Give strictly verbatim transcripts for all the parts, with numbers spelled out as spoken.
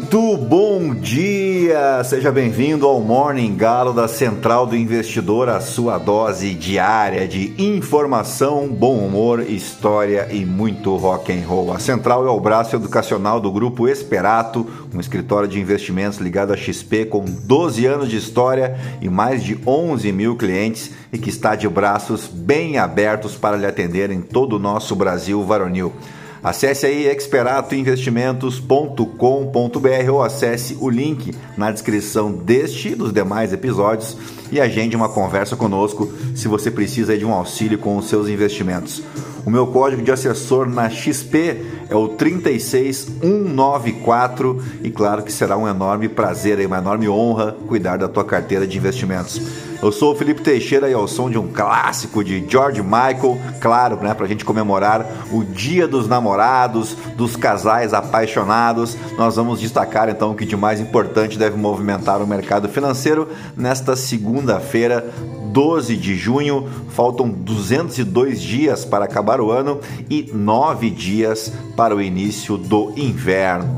Muito bom dia! Seja bem-vindo ao Morning Galo da Central do Investidor, a sua dose diária de informação, bom humor, história e muito rock and roll. A Central é o braço educacional do Grupo Esperato, um escritório de investimentos ligado à X P com doze anos de história e mais de onze mil clientes e que está de braços bem abertos para lhe atender em todo o nosso Brasil varonil. Acesse aí experato investimentos ponto com ponto br ou acesse o link na descrição deste e dos demais episódios e agende uma conversa conosco se você precisa de um auxílio com os seus investimentos. O meu código de assessor na X P é o três seis um nove quatro e claro que será um enorme prazer e uma enorme honra cuidar da tua carteira de investimentos. Eu sou o Felipe Teixeira e ao som de um clássico de George Michael, claro, né, para a gente comemorar o Dia dos Namorados, dos casais apaixonados, nós vamos destacar então o que de mais importante deve movimentar o mercado financeiro nesta segunda-feira, doze de junho. Faltam duzentos e dois dias para acabar o ano e nove dias para o início do inverno.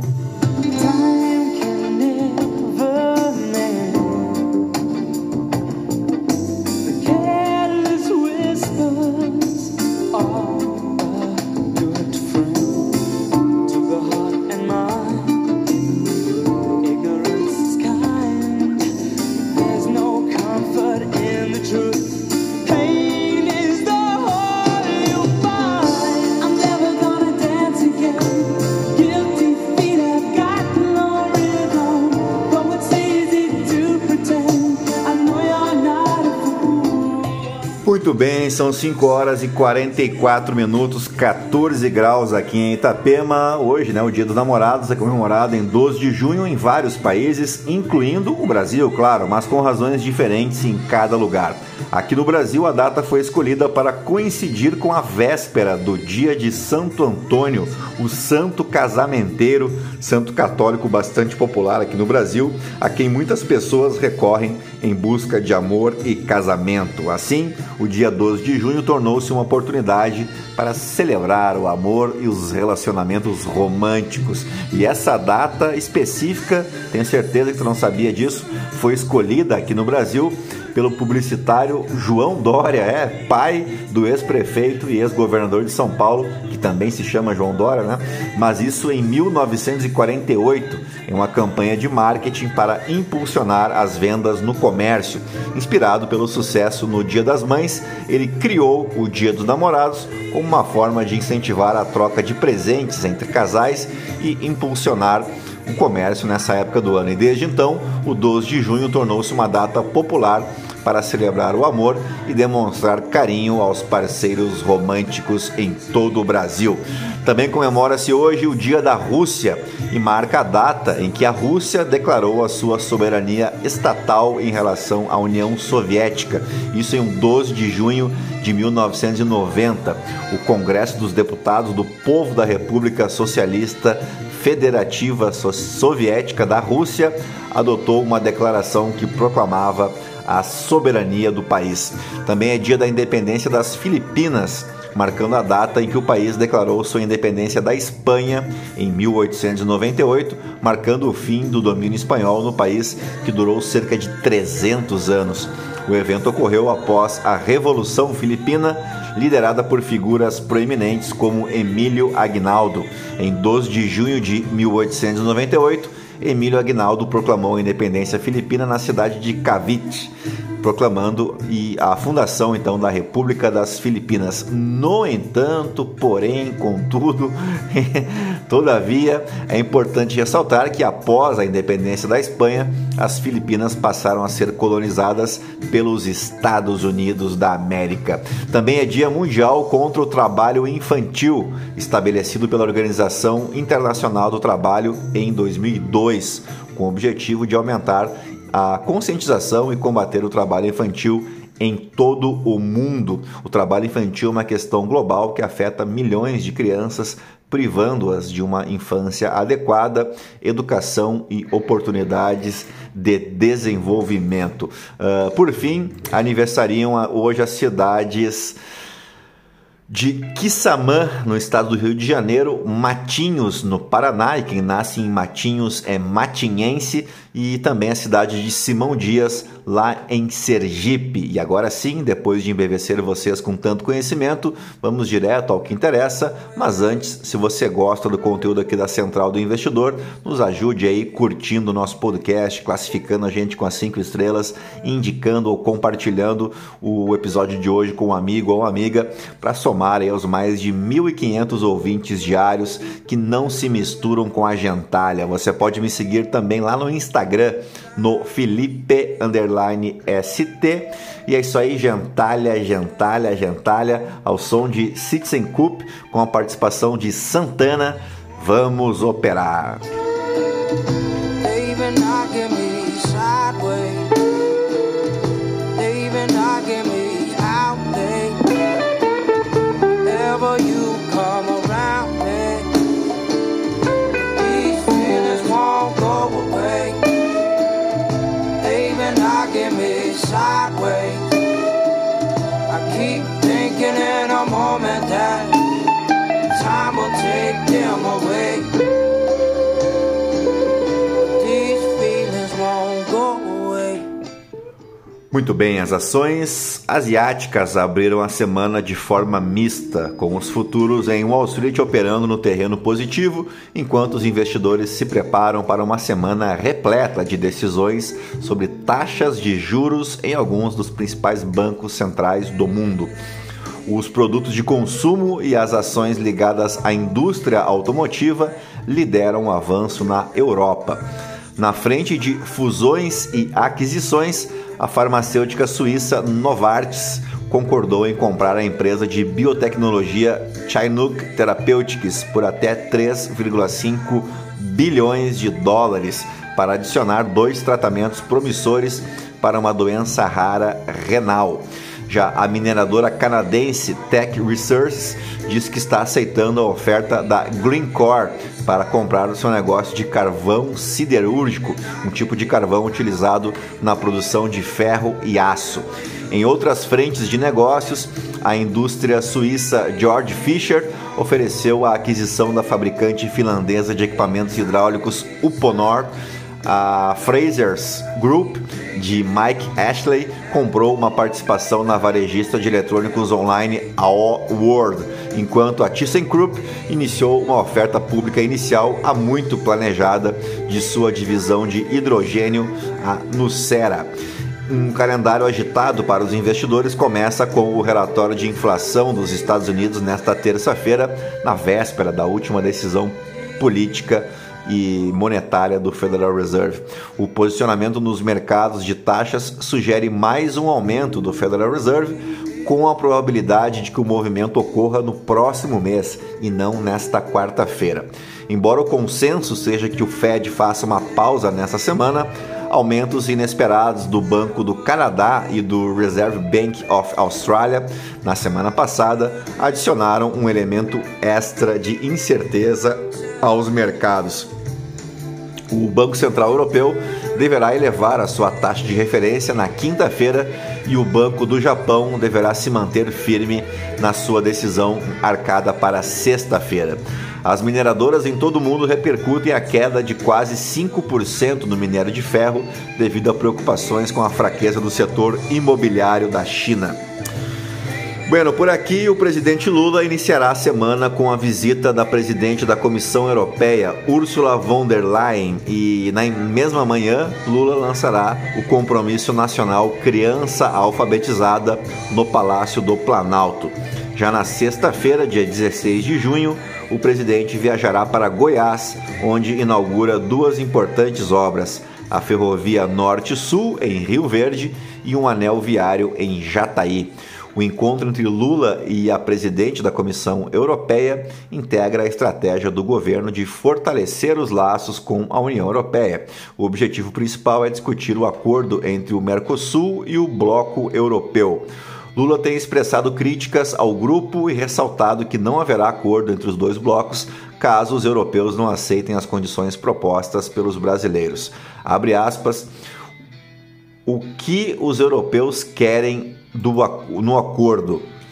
Muito bem, são cinco horas e quarenta e quatro minutos, quatorze graus aqui em Itapema. Hoje, né, o Dia dos Namorados é comemorado em doze de junho em vários países, incluindo o Brasil, claro, mas com razões diferentes em cada lugar. Aqui no Brasil, a data foi escolhida para coincidir com a véspera do dia de Santo Antônio, o santo casamenteiro, santo católico bastante popular aqui no Brasil, a quem muitas pessoas recorrem em busca de amor e casamento. Assim, o dia doze de junho tornou-se uma oportunidade para celebrar o amor e os relacionamentos românticos. E essa data específica, tenho certeza que tu não sabia disso, foi escolhida aqui no Brasil pelo publicitário João Dória, é pai do ex-prefeito e ex-governador de São Paulo, que também se chama João Dória, né? Mas isso em mil novecentos e quarenta e oito, em uma campanha de marketing para impulsionar as vendas no comércio. Inspirado pelo sucesso no Dia das Mães, ele criou o Dia dos Namorados como uma forma de incentivar a troca de presentes entre casais e impulsionar o comércio nessa época do ano. E desde então, o doze de junho tornou-se uma data popular para celebrar o amor e demonstrar carinho aos parceiros românticos em todo o Brasil. Também comemora-se hoje o Dia da Rússia e marca a data em que a Rússia declarou a sua soberania estatal em relação à União Soviética. Isso em doze de junho de mil novecentos e noventa. O Congresso dos Deputados do Povo da República Socialista Federativa Soviética da Rússia adotou uma declaração que proclamava a soberania do país. Também é dia da independência das Filipinas, marcando a data em que o país declarou sua independência da Espanha em mil oitocentos e noventa e oito, marcando o fim do domínio espanhol no país, que durou cerca de trezentos anos. O evento ocorreu após a Revolução Filipina, liderada por figuras proeminentes como Emílio Aguinaldo. Em doze de junho de mil oitocentos e noventa e oito, Emílio Aguinaldo proclamou a independência filipina na cidade de Cavite, proclamando a fundação então da República das Filipinas. No entanto, porém, contudo, todavia, é importante ressaltar que após a independência da Espanha, as Filipinas passaram a ser colonizadas pelos Estados Unidos da América. Também é Dia Mundial contra o Trabalho Infantil, estabelecido pela Organização Internacional do Trabalho em dois mil e dois, com o objetivo de aumentar a conscientização e combater o trabalho infantil em todo o mundo. O trabalho infantil é uma questão global que afeta milhões de crianças, privando-as de uma infância adequada, educação e oportunidades de desenvolvimento. Uh, por fim, aniversariam hoje as cidades De Quissamã, no estado do Rio de Janeiro, Matinhos, no Paraná, e quem nasce em Matinhos é matinhense, e também a cidade de Simão Dias, lá em Sergipe. E agora sim, depois de embevecer vocês com tanto conhecimento, vamos direto ao que interessa, mas antes, se você gosta do conteúdo aqui da Central do Investidor, nos ajude aí curtindo o nosso podcast, classificando a gente com as cinco estrelas, indicando ou compartilhando o episódio de hoje com um amigo ou uma amiga, para somar aí aos mais de mil e quinhentos ouvintes diários que não se misturam com a gentalha. Você pode me seguir também lá no Instagram, no Felipe underline S T. E é isso aí, gentalha, gentalha, gentalha, ao som de Citizen Coupe, com a participação de Santana. Vamos operar! You come around me, these feelings won't go away. They've been knocking me sideways. I keep thinking in a moment that time will take them away. These feelings won't go away. Muito bem, as ações asiáticas abriram a semana de forma mista, com os futuros em Wall Street operando no terreno positivo, enquanto os investidores se preparam para uma semana repleta de decisões sobre taxas de juros em alguns dos principais bancos centrais do mundo. Os produtos de consumo e as ações ligadas à indústria automotiva lideram o avanço na Europa. Na frente de fusões e aquisições, a farmacêutica suíça Novartis concordou em comprar a empresa de biotecnologia Chinook Therapeutics por até três vírgula cinco bilhões de dólares para adicionar dois tratamentos promissores para uma doença rara renal. Já a mineradora canadense Teck Resources diz que está aceitando a oferta da Greencore para comprar o seu negócio de carvão siderúrgico, um tipo de carvão utilizado na produção de ferro e aço. Em outras frentes de negócios, a indústria suíça Georg Fischer ofereceu a aquisição da fabricante finlandesa de equipamentos hidráulicos Uponor. A Frasers Group, de Mike Ashley, comprou uma participação na varejista de eletrônicos online A O World, enquanto a ThyssenKrupp iniciou uma oferta pública inicial há muito planejada de sua divisão de hidrogênio, a Nucera. Um calendário agitado para os investidores começa com o relatório de inflação dos Estados Unidos nesta terça-feira, na véspera da última decisão política e monetária do Federal Reserve. O posicionamento nos mercados de taxas sugere mais um aumento do Federal Reserve, com a probabilidade de que o movimento ocorra no próximo mês e não nesta quarta-feira. Embora o consenso seja que o Fed faça uma pausa nessa semana, aumentos inesperados do Banco do Canadá e do Reserve Bank of Australia na semana passada adicionaram um elemento extra de incerteza aos mercados. O Banco Central Europeu deverá elevar a sua taxa de referência na quinta-feira e o Banco do Japão deverá se manter firme na sua decisão arcada para sexta-feira. As mineradoras em todo o mundo repercutem a queda de quase cinco por cento no minério de ferro devido a preocupações com a fraqueza do setor imobiliário da China. Bueno, por aqui o presidente Lula iniciará a semana com a visita da presidente da Comissão Europeia, Ursula von der Leyen, e na mesma manhã Lula lançará o Compromisso Nacional Criança Alfabetizada no Palácio do Planalto. Já na sexta-feira, dia dezesseis de junho, o presidente viajará para Goiás, onde inaugura duas importantes obras, a Ferrovia Norte-Sul, em Rio Verde, e um anel viário em Jataí. O encontro entre Lula e a presidente da Comissão Europeia integra a estratégia do governo de fortalecer os laços com a União Europeia. O objetivo principal é discutir o acordo entre o Mercosul e o Bloco Europeu. Lula tem expressado críticas ao grupo e ressaltado que não haverá acordo entre os dois blocos caso os europeus não aceitem as condições propostas pelos brasileiros. Abre aspas, o que os europeus querem do, no acordo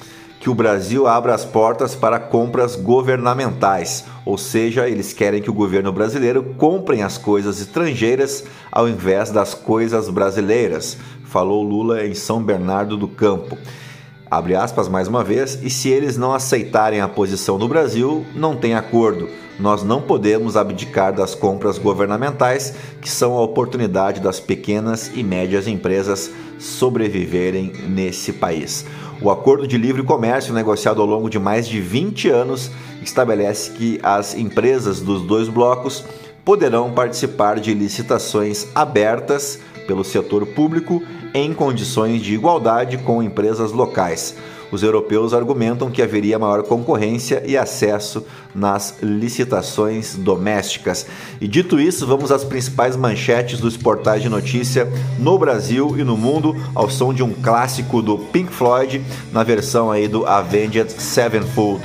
que o Brasil abra as portas para compras governamentais, ou seja, eles querem que o governo brasileiro compre as coisas estrangeiras ao invés das coisas brasileiras, falou Lula em São Bernardo do Campo. Abre aspas mais uma vez, e se eles não aceitarem a posição do Brasil, não tem acordo. Nós não podemos abdicar das compras governamentais, que são a oportunidade das pequenas e médias empresas sobreviverem nesse país. O Acordo de Livre Comércio, negociado ao longo de mais de vinte anos, estabelece que as empresas dos dois blocos poderão participar de licitações abertas pelo setor público em condições de igualdade com empresas locais. Os europeus argumentam que haveria maior concorrência e acesso nas licitações domésticas. E dito isso, vamos às principais manchetes dos portais de notícia no Brasil e no mundo, ao som de um clássico do Pink Floyd, na versão aí do Avenged Sevenfold.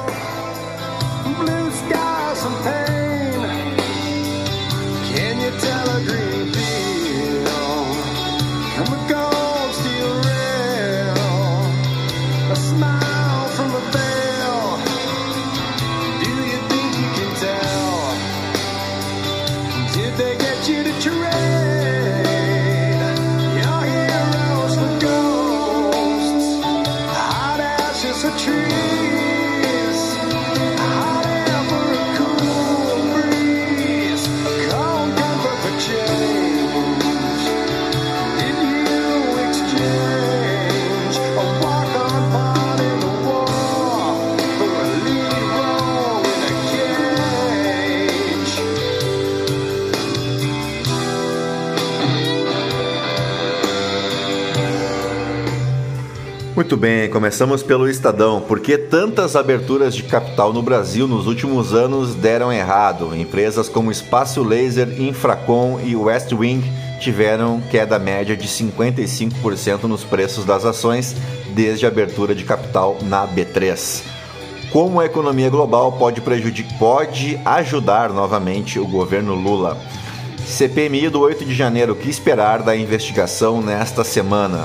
Muito bem, começamos pelo Estadão. Por que tantas aberturas de capital no Brasil nos últimos anos deram errado? Empresas como Espaço Laser, Infracom e West Wing tiveram queda média de cinquenta e cinco por cento nos preços das ações desde a abertura de capital na B três. Como a economia global pode, prejudicar, pode ajudar novamente o governo Lula? C P M I do oito de janeiro, o que esperar da investigação nesta semana?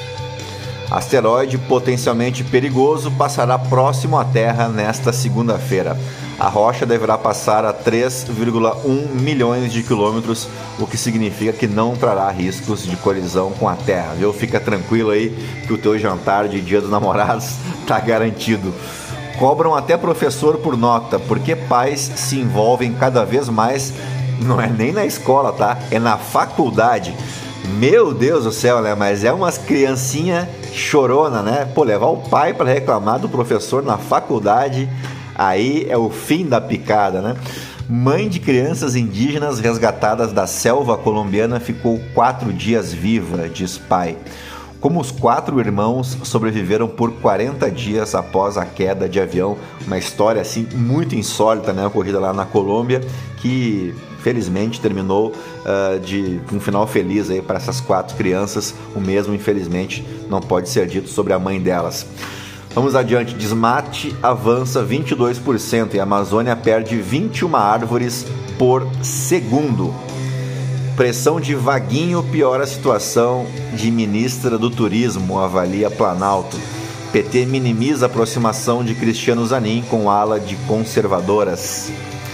Asteroide potencialmente perigoso passará próximo à Terra nesta segunda-feira. A rocha deverá passar a três vírgula um milhões de quilômetros, o que significa que não trará riscos de colisão com a Terra, viu? Fica tranquilo aí que o teu jantar de Dia dos Namorados está garantido. Cobram até professor por nota, porque pais se envolvem cada vez mais, não é nem na escola, tá? É na faculdade. Meu Deus do céu, né? Mas é umas criancinha chorona, né? Pô, levar o pai para reclamar do professor na faculdade, aí é o fim da picada, né? Mãe de crianças indígenas resgatadas da selva colombiana ficou quatro dias viva, diz pai. Como os quatro irmãos sobreviveram por quarenta dias após a queda de avião. Uma história assim muito insólita, né? Ocorrida lá na Colômbia, que felizmente terminou uh, de um final feliz aí para essas quatro crianças. O mesmo, infelizmente, não pode ser dito sobre a mãe delas. Vamos adiante. Desmate avança vinte e dois por cento e a Amazônia perde vinte e uma árvores por segundo. Pressão de Vaguinho piora a situação de ministra do Turismo, avalia Planalto. P T minimiza a aproximação de Cristiano Zanin com ala de conservadoras.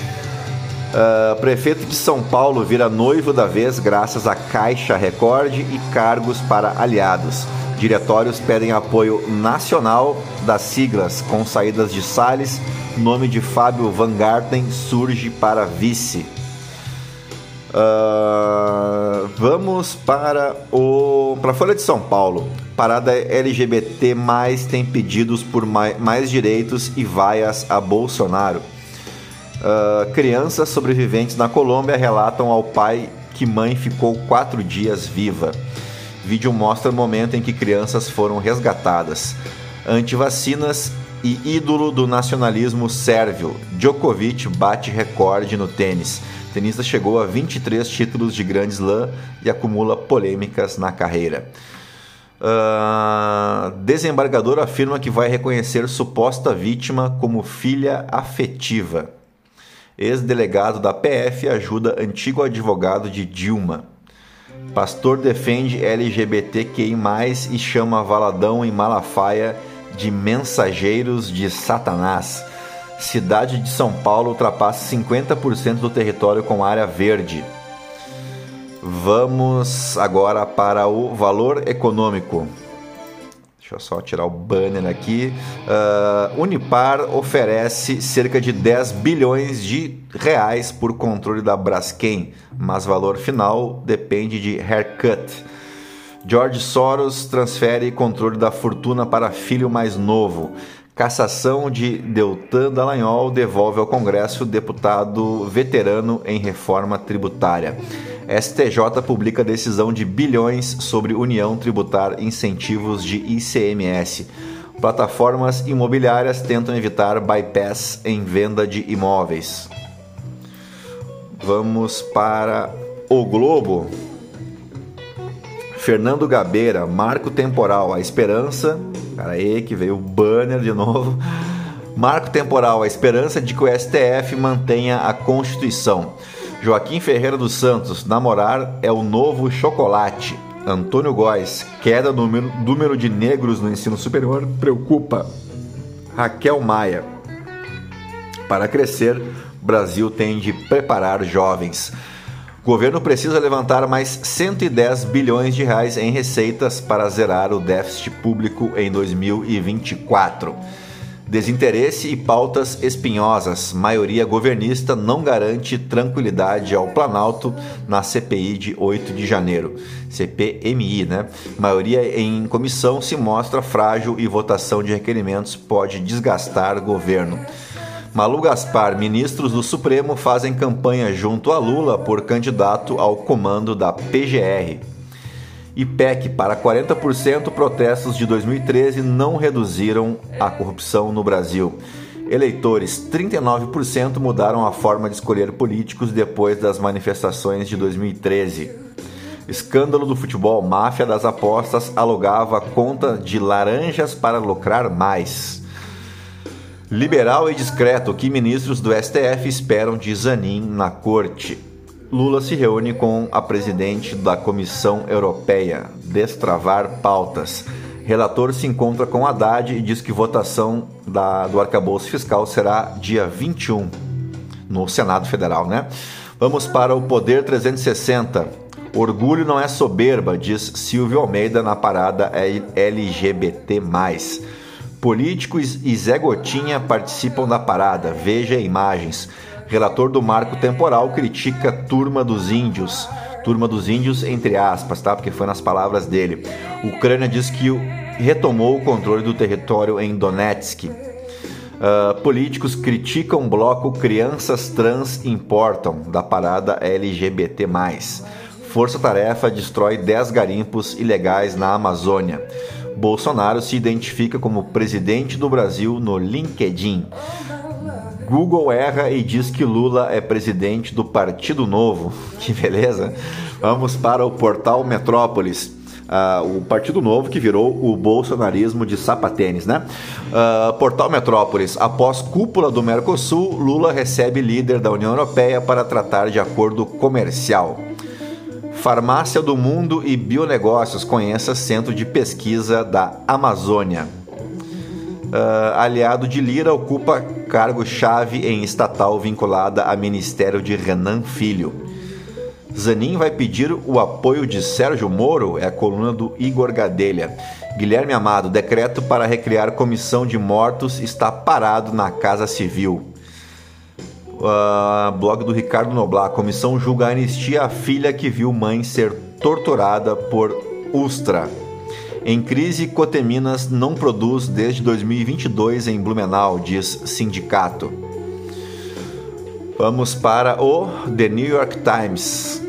Uh, prefeito de São Paulo vira noivo da vez graças a Caixa Recorde e cargos para aliados. Diretórios pedem apoio nacional das siglas com saídas de Salles. Nome de Fábio Van Garten surge para vice. Uh, vamos para o para a Folha de São Paulo. Parada L G B T mais, tem pedidos por mais, mais direitos e vaias a Bolsonaro. Uh, crianças sobreviventes na Colômbia relatam ao pai que mãe ficou quatro dias viva. Vídeo mostra o momento em que crianças foram resgatadas. Antivacinas e ídolo do nacionalismo sérvio, Djokovic bate recorde no tênis. O tenista chegou a vinte e três títulos de Grand Slam e acumula polêmicas na carreira. Uh, desembargador afirma que vai reconhecer suposta vítima como filha afetiva. Ex-delegado da P F ajuda antigo advogado de Dilma. Pastor defende L G B T Q I mais, e chama Valadão em Malafaia de mensageiros de Satanás. Cidade de São Paulo ultrapassa cinquenta por cento do território com área verde. Vamos agora para o valor econômico. Deixa eu só tirar o banner aqui. Uh, Unipar oferece cerca de dez bilhões de reais por controle da Braskem, mas valor final depende de haircut. George Soros transfere controle da fortuna para filho mais novo. Cassação de Deltan Dallagnol devolve ao Congresso deputado veterano em reforma tributária. S T J publica decisão de bilhões sobre União tributar incentivos de I C M S. Plataformas imobiliárias tentam evitar bypass em venda de imóveis. Vamos para o Globo. Fernando Gabeira, marco temporal, a esperança... Cara aí que veio o banner de novo. Marco temporal, a esperança de que o S T F mantenha a Constituição. Joaquim Ferreira dos Santos, namorar é o novo chocolate. Antônio Góes, queda no número, número de negros no ensino superior preocupa. Raquel Maia, para crescer, Brasil tem de preparar jovens. O governo precisa levantar mais cento e dez bilhões de reais em receitas para zerar o déficit público em dois mil e vinte e quatro. Desinteresse e pautas espinhosas. Maioria governista não garante tranquilidade ao Planalto na C P I de oito de janeiro. C P M I, né? Maioria em comissão se mostra frágil e votação de requerimentos pode desgastar governo. Malu Gaspar, ministros do Supremo fazem campanha junto a Lula por candidato ao comando da P G R. I P E C para quarenta por cento, protestos de dois mil e treze não reduziram a corrupção no Brasil. Eleitores, trinta e nove por cento mudaram a forma de escolher políticos depois das manifestações de dois mil e treze. Escândalo do futebol, máfia das apostas alugava conta de laranjas para lucrar mais. Liberal e discreto, que ministros do S T F esperam de Zanin na corte. Lula se reúne com a presidente da Comissão Europeia. Destravar pautas. Relator se encontra com Haddad e diz que votação da, do arcabouço fiscal será dia vinte e um, no Senado Federal, né? Vamos para o Poder trezentos e sessenta. Orgulho não é soberba, diz Silvio Almeida na parada L G B T mais. Políticos e Zé Gotinha participam da parada. Veja imagens. Relator do marco temporal critica Turma dos Índios. Turma dos Índios, entre aspas, tá? Porque foi nas palavras dele. Ucrânia diz que retomou o controle do território em Donetsk. Uh, políticos criticam bloco Crianças Trans Importam, da parada L G B T mais. Força Tarefa destrói dez garimpos ilegais na Amazônia. Bolsonaro se identifica como presidente do Brasil no LinkedIn. Google erra e diz que Lula é presidente do Partido Novo. Que beleza! Vamos para o portal Metrópolis. Uh, o Partido Novo que virou o bolsonarismo de sapatênis, né? Uh, portal Metrópolis. Após cúpula do Mercosul, Lula recebe líder da União Europeia para tratar de acordo comercial. Farmácia do Mundo e Bionegócios. Conheça Centro de Pesquisa da Amazônia. Uh, aliado de Lira ocupa cargo-chave em estatal vinculada a Ministério de Renan Filho. Zanin vai pedir o apoio de Sérgio Moro, é a coluna do Igor Gadelha. Guilherme Amado, decreto para recriar comissão de mortos está parado na Casa Civil. Uh, blog do Ricardo Noblar, comissão julga anistia a filha que viu mãe ser torturada por Ustra. Em crise, Coteminas não produz desde dois mil e vinte e dois em Blumenau, diz sindicato. Vamos para o The New York Times.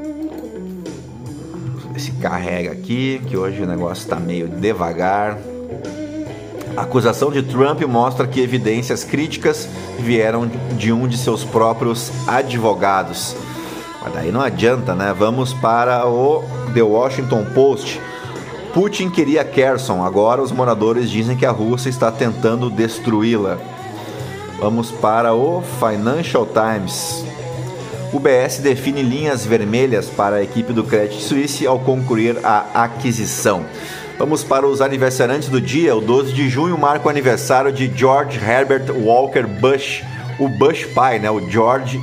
Se carrega aqui, que hoje o negócio está meio devagar. A acusação de Trump mostra que evidências críticas vieram de um de seus próprios advogados. Mas daí não adianta, né? Vamos para o The Washington Post. Putin queria Kherson, agora os moradores dizem que a Rússia está tentando destruí-la. Vamos para o Financial Times. O B S define linhas vermelhas para a equipe do Credit Suisse ao concluir a aquisição. Vamos para os aniversariantes do dia. O doze de junho marca o aniversário de George Herbert Walker Bush, o Bush pai, né? O George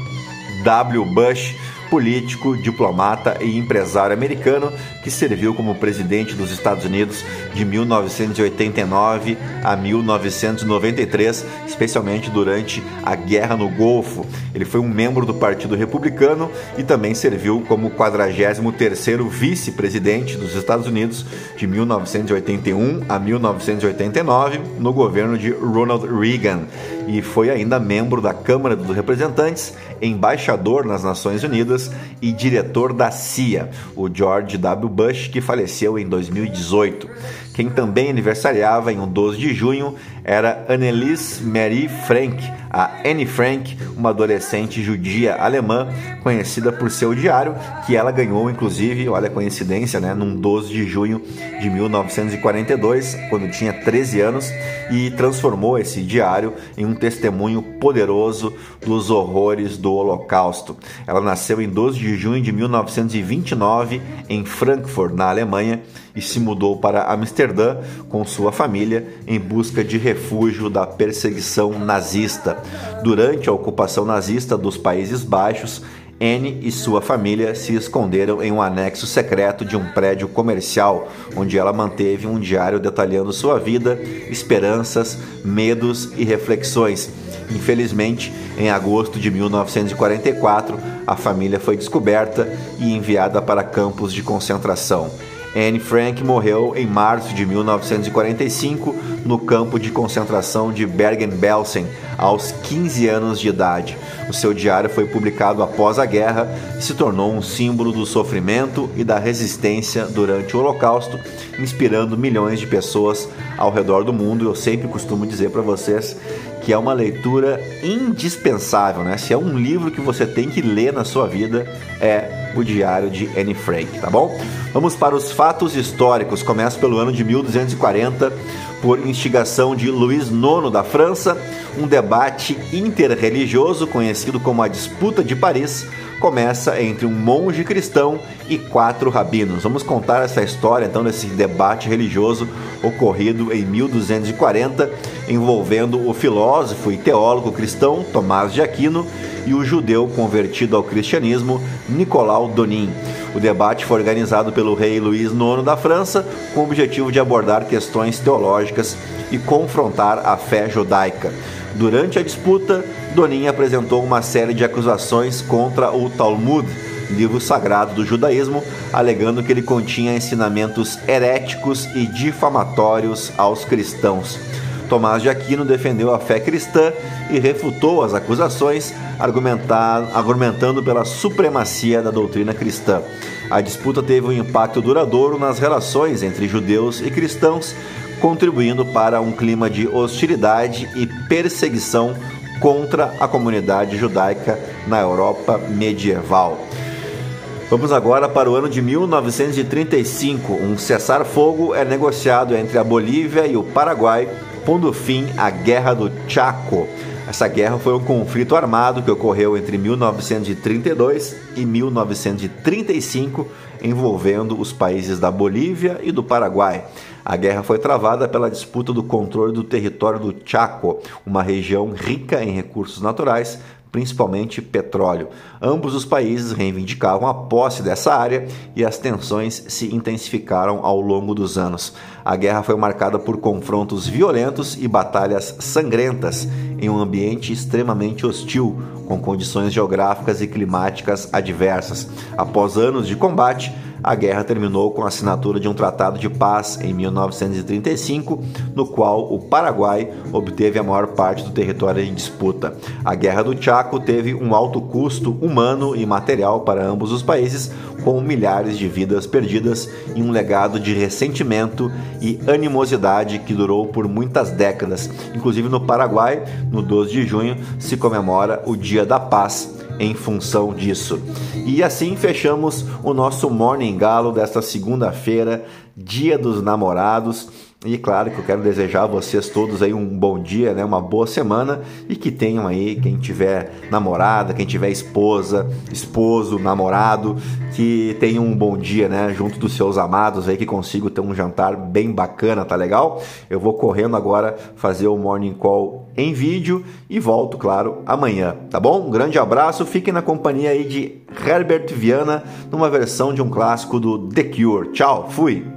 W. Bush, político, diplomata e empresário americano que serviu como presidente dos Estados Unidos de mil novecentos e oitenta e nove a mil novecentos e noventa e três, especialmente durante a Guerra no Golfo. Ele foi um membro do Partido Republicano e também serviu como quadragésimo terceiro vice-presidente dos Estados Unidos de mil novecentos e oitenta e um a mil novecentos e oitenta e nove no governo de Ronald Reagan, e foi ainda membro da Câmara dos Representantes, embaixador nas Nações Unidas e diretor da C I A, o George W. Bush, que faleceu em dois mil e dezoito. Quem também aniversariava em um doze de junho era Anneliese Marie Frank, a Anne Frank, uma adolescente judia alemã conhecida por seu diário, que ela ganhou, inclusive, olha a coincidência, né, num doze de junho de mil novecentos e quarenta e dois, quando tinha treze anos, e transformou esse diário em um testemunho poderoso dos horrores do Holocausto. Ela nasceu em doze de junho de mil novecentos e vinte e nove em Frankfurt, na Alemanha, e se mudou para Amsterdã com sua família em busca de refúgio da perseguição nazista. Durante a ocupação nazista dos Países Baixos, Anne e sua família se esconderam em um anexo secreto de um prédio comercial, onde ela manteve um diário detalhando sua vida, esperanças, medos e reflexões. Infelizmente, em agosto de mil novecentos e quarenta e quatro, a família foi descoberta e enviada para campos de concentração. Anne Frank morreu em março de mil novecentos e quarenta e cinco no campo de concentração de Bergen-Belsen, aos quinze anos de idade. O seu diário foi publicado após a guerra e se tornou um símbolo do sofrimento e da resistência durante o Holocausto, inspirando milhões de pessoas ao redor do mundo. Eu sempre costumo dizer para vocês que é uma leitura indispensável, né? Se é um livro que você tem que ler na sua vida, é o Diário de Anne Frank, tá bom? Vamos para os fatos históricos. Começa pelo ano de mil duzentos e quarenta, por instigação de Luís nono da França, um debate interreligioso conhecido como a Disputa de Paris começa entre um monge cristão e quatro rabinos. Vamos contar essa história então desse debate religioso ocorrido em mil duzentos e quarenta, envolvendo o filósofo e teólogo cristão Tomás de Aquino e o judeu convertido ao cristianismo Nicolau Donin. O debate foi organizado pelo rei Luís nono da França com o objetivo de abordar questões teológicas e confrontar a fé judaica. Durante a disputa, Donin apresentou uma série de acusações contra o Talmud, livro sagrado do judaísmo, alegando que ele continha ensinamentos heréticos e difamatórios aos cristãos. Tomás de Aquino defendeu a fé cristã e refutou as acusações, argumentando pela supremacia da doutrina cristã. A disputa teve um impacto duradouro nas relações entre judeus e cristãos, contribuindo para um clima de hostilidade e perseguição contra a comunidade judaica na Europa medieval. Vamos agora para o ano de mil novecentos e trinta e cinco. Um cessar-fogo é negociado entre a Bolívia e o Paraguai, pondo fim à Guerra do Chaco. Essa guerra foi um conflito armado que ocorreu entre mil novecentos e trinta e dois e mil novecentos e trinta e cinco, envolvendo os países da Bolívia e do Paraguai. A guerra foi travada pela disputa do controle do território do Chaco, uma região rica em recursos naturais, principalmente petróleo. Ambos os países reivindicavam a posse dessa área e as tensões se intensificaram ao longo dos anos. A guerra foi marcada por confrontos violentos e batalhas sangrentas em um ambiente extremamente hostil, com condições geográficas e climáticas adversas. Após anos de combate, a guerra terminou com a assinatura de um tratado de paz em mil novecentos e trinta e cinco, no qual o Paraguai obteve a maior parte do território em disputa. A Guerra do Chaco teve um alto custo humano e material para ambos os países, com milhares de vidas perdidas e um legado de ressentimento e animosidade que durou por muitas décadas. Inclusive no Paraguai, no doze de junho, se comemora o Dia da Paz em função disso. E assim fechamos o nosso Morning Galo desta segunda-feira, Dia dos Namorados. E claro que eu quero desejar a vocês todos aí um bom dia, né? Uma boa semana, e que tenham aí, quem tiver namorada, quem tiver esposa, esposo, namorado, que tenham um bom dia, né? Junto dos seus amados aí, que consigo ter um jantar bem bacana, tá legal? Eu vou correndo agora fazer o Morning Call em vídeo e volto, claro, amanhã, tá bom? Um grande abraço, fiquem na companhia aí de Herbert Viana, numa versão de um clássico do The Cure. Tchau, fui!